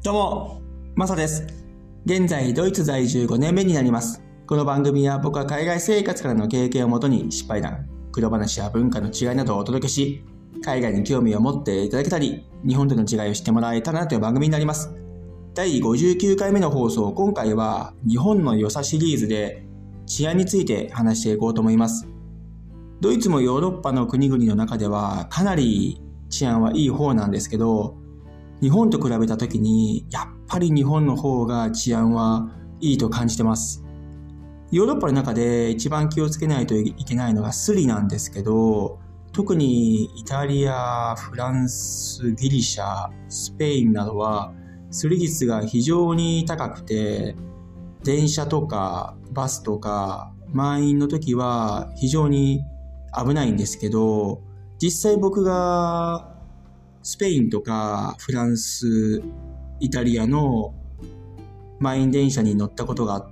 どうも、マサです。現在、ドイツ在住5年目になります。この番組は僕は海外生活からの経験をもとに失敗談、苦労話や文化の違いなどをお届けし、海外に興味を持っていただけたり、日本との違いを知ってもらえたらなという番組になります。第59回目の放送、今回は日本の良さシリーズで治安について話していこうと思います。ドイツもヨーロッパの国々の中ではかなり治安はいい方なんですけど、日本と比べたときにやっぱり日本の方が治安はいいと感じてます。ヨーロッパの中で一番気をつけないといけないのがスリなんですけど、特にイタリア、フランス、ギリシャ、スペインなどはスリ率が非常に高くて、電車とかバスとか満員の時は非常に危ないんですけど、実際僕がスペインとかフランス、イタリアの満員電車に乗ったことがあって、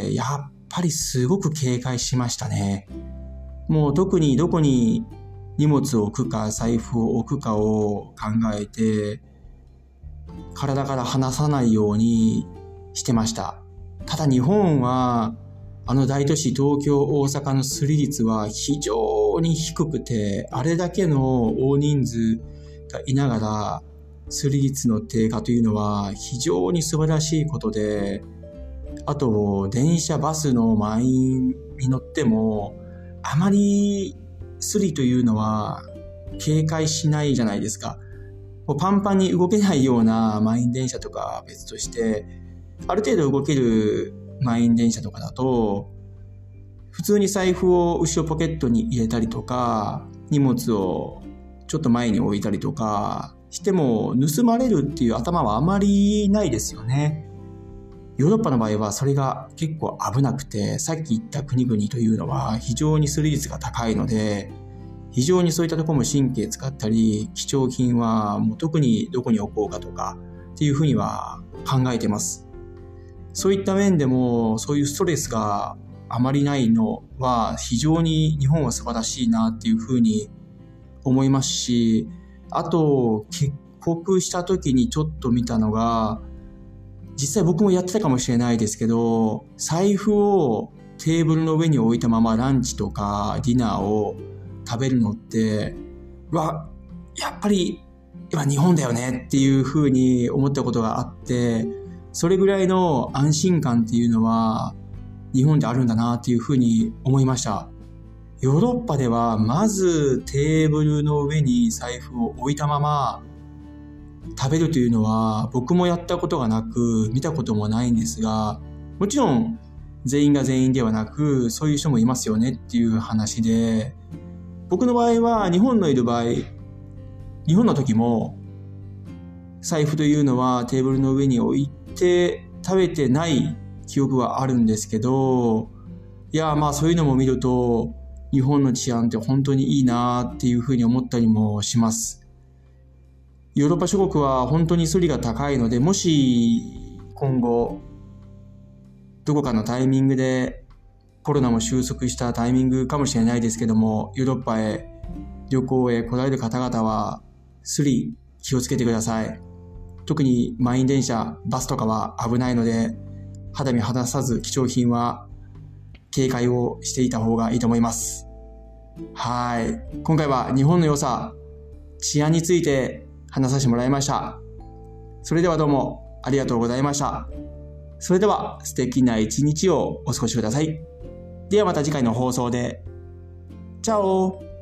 やっぱりすごく警戒しましたね。もう特にどこに荷物を置くか財布を置くかを考えて、体から離さないようにしてました。ただ日本は大都市東京、大阪のスリ率は非常に低くて、あれだけの大人数がいながらスリ率の低下というのは非常に素晴らしいことで、あと電車バスの満員に乗ってもあまりスリというのは警戒しないじゃないですか。もうパンパンに動けないような満員電車とか別として、ある程度動ける満員電車とかだと普通に財布を後ろポケットに入れたりとか、荷物をちょっと前に置いたりとかしても盗まれるっていう頭はあまりないですよね。ヨーロッパの場合はそれが結構危なくて、さっき言った国々というのは非常にスリ率が高いので、非常にそういったところも神経使ったり、貴重品はもう特にどこに置こうかとかっていうふうには考えてます。そういった面でもそういうストレスがあまりないのは非常に日本は素晴らしいなっていうふうに思いますし、あと帰国した時にちょっと見たのが、実際僕もやってたかもしれないですけど、財布をテーブルの上に置いたままランチとかディナーを食べるのってやっぱり日本だよねっていうふうに思ったことがあって、それぐらいの安心感っていうのは日本であるんだなっていうふうに思いました。ヨーロッパではまずテーブルの上に財布を置いたまま食べるというのは僕もやったことがなく見たこともないんですが、もちろん全員が全員ではなくそういう人もいますよねっていう話で、僕の場合は日本の時も財布というのはテーブルの上に置いて食べてない記憶はあるんですけど、そういうのも見ると日本の治安って本当にいいなっていうふうに思ったりもします。ヨーロッパ諸国は本当にスリが高いので、もし今後どこかのタイミングでコロナも収束したタイミングかもしれないですけども、ヨーロッパへ旅行へ来られる方々はスリ気をつけてください。特に満員電車、バスとかは危ないので、肌身離さず貴重品は警戒をしていた方がいいと思います。はい。今回は日本の良さ、治安について話させてもらいました。それではどうもありがとうございました。それでは素敵な一日をお過ごしください。ではまた次回の放送で。チャオ。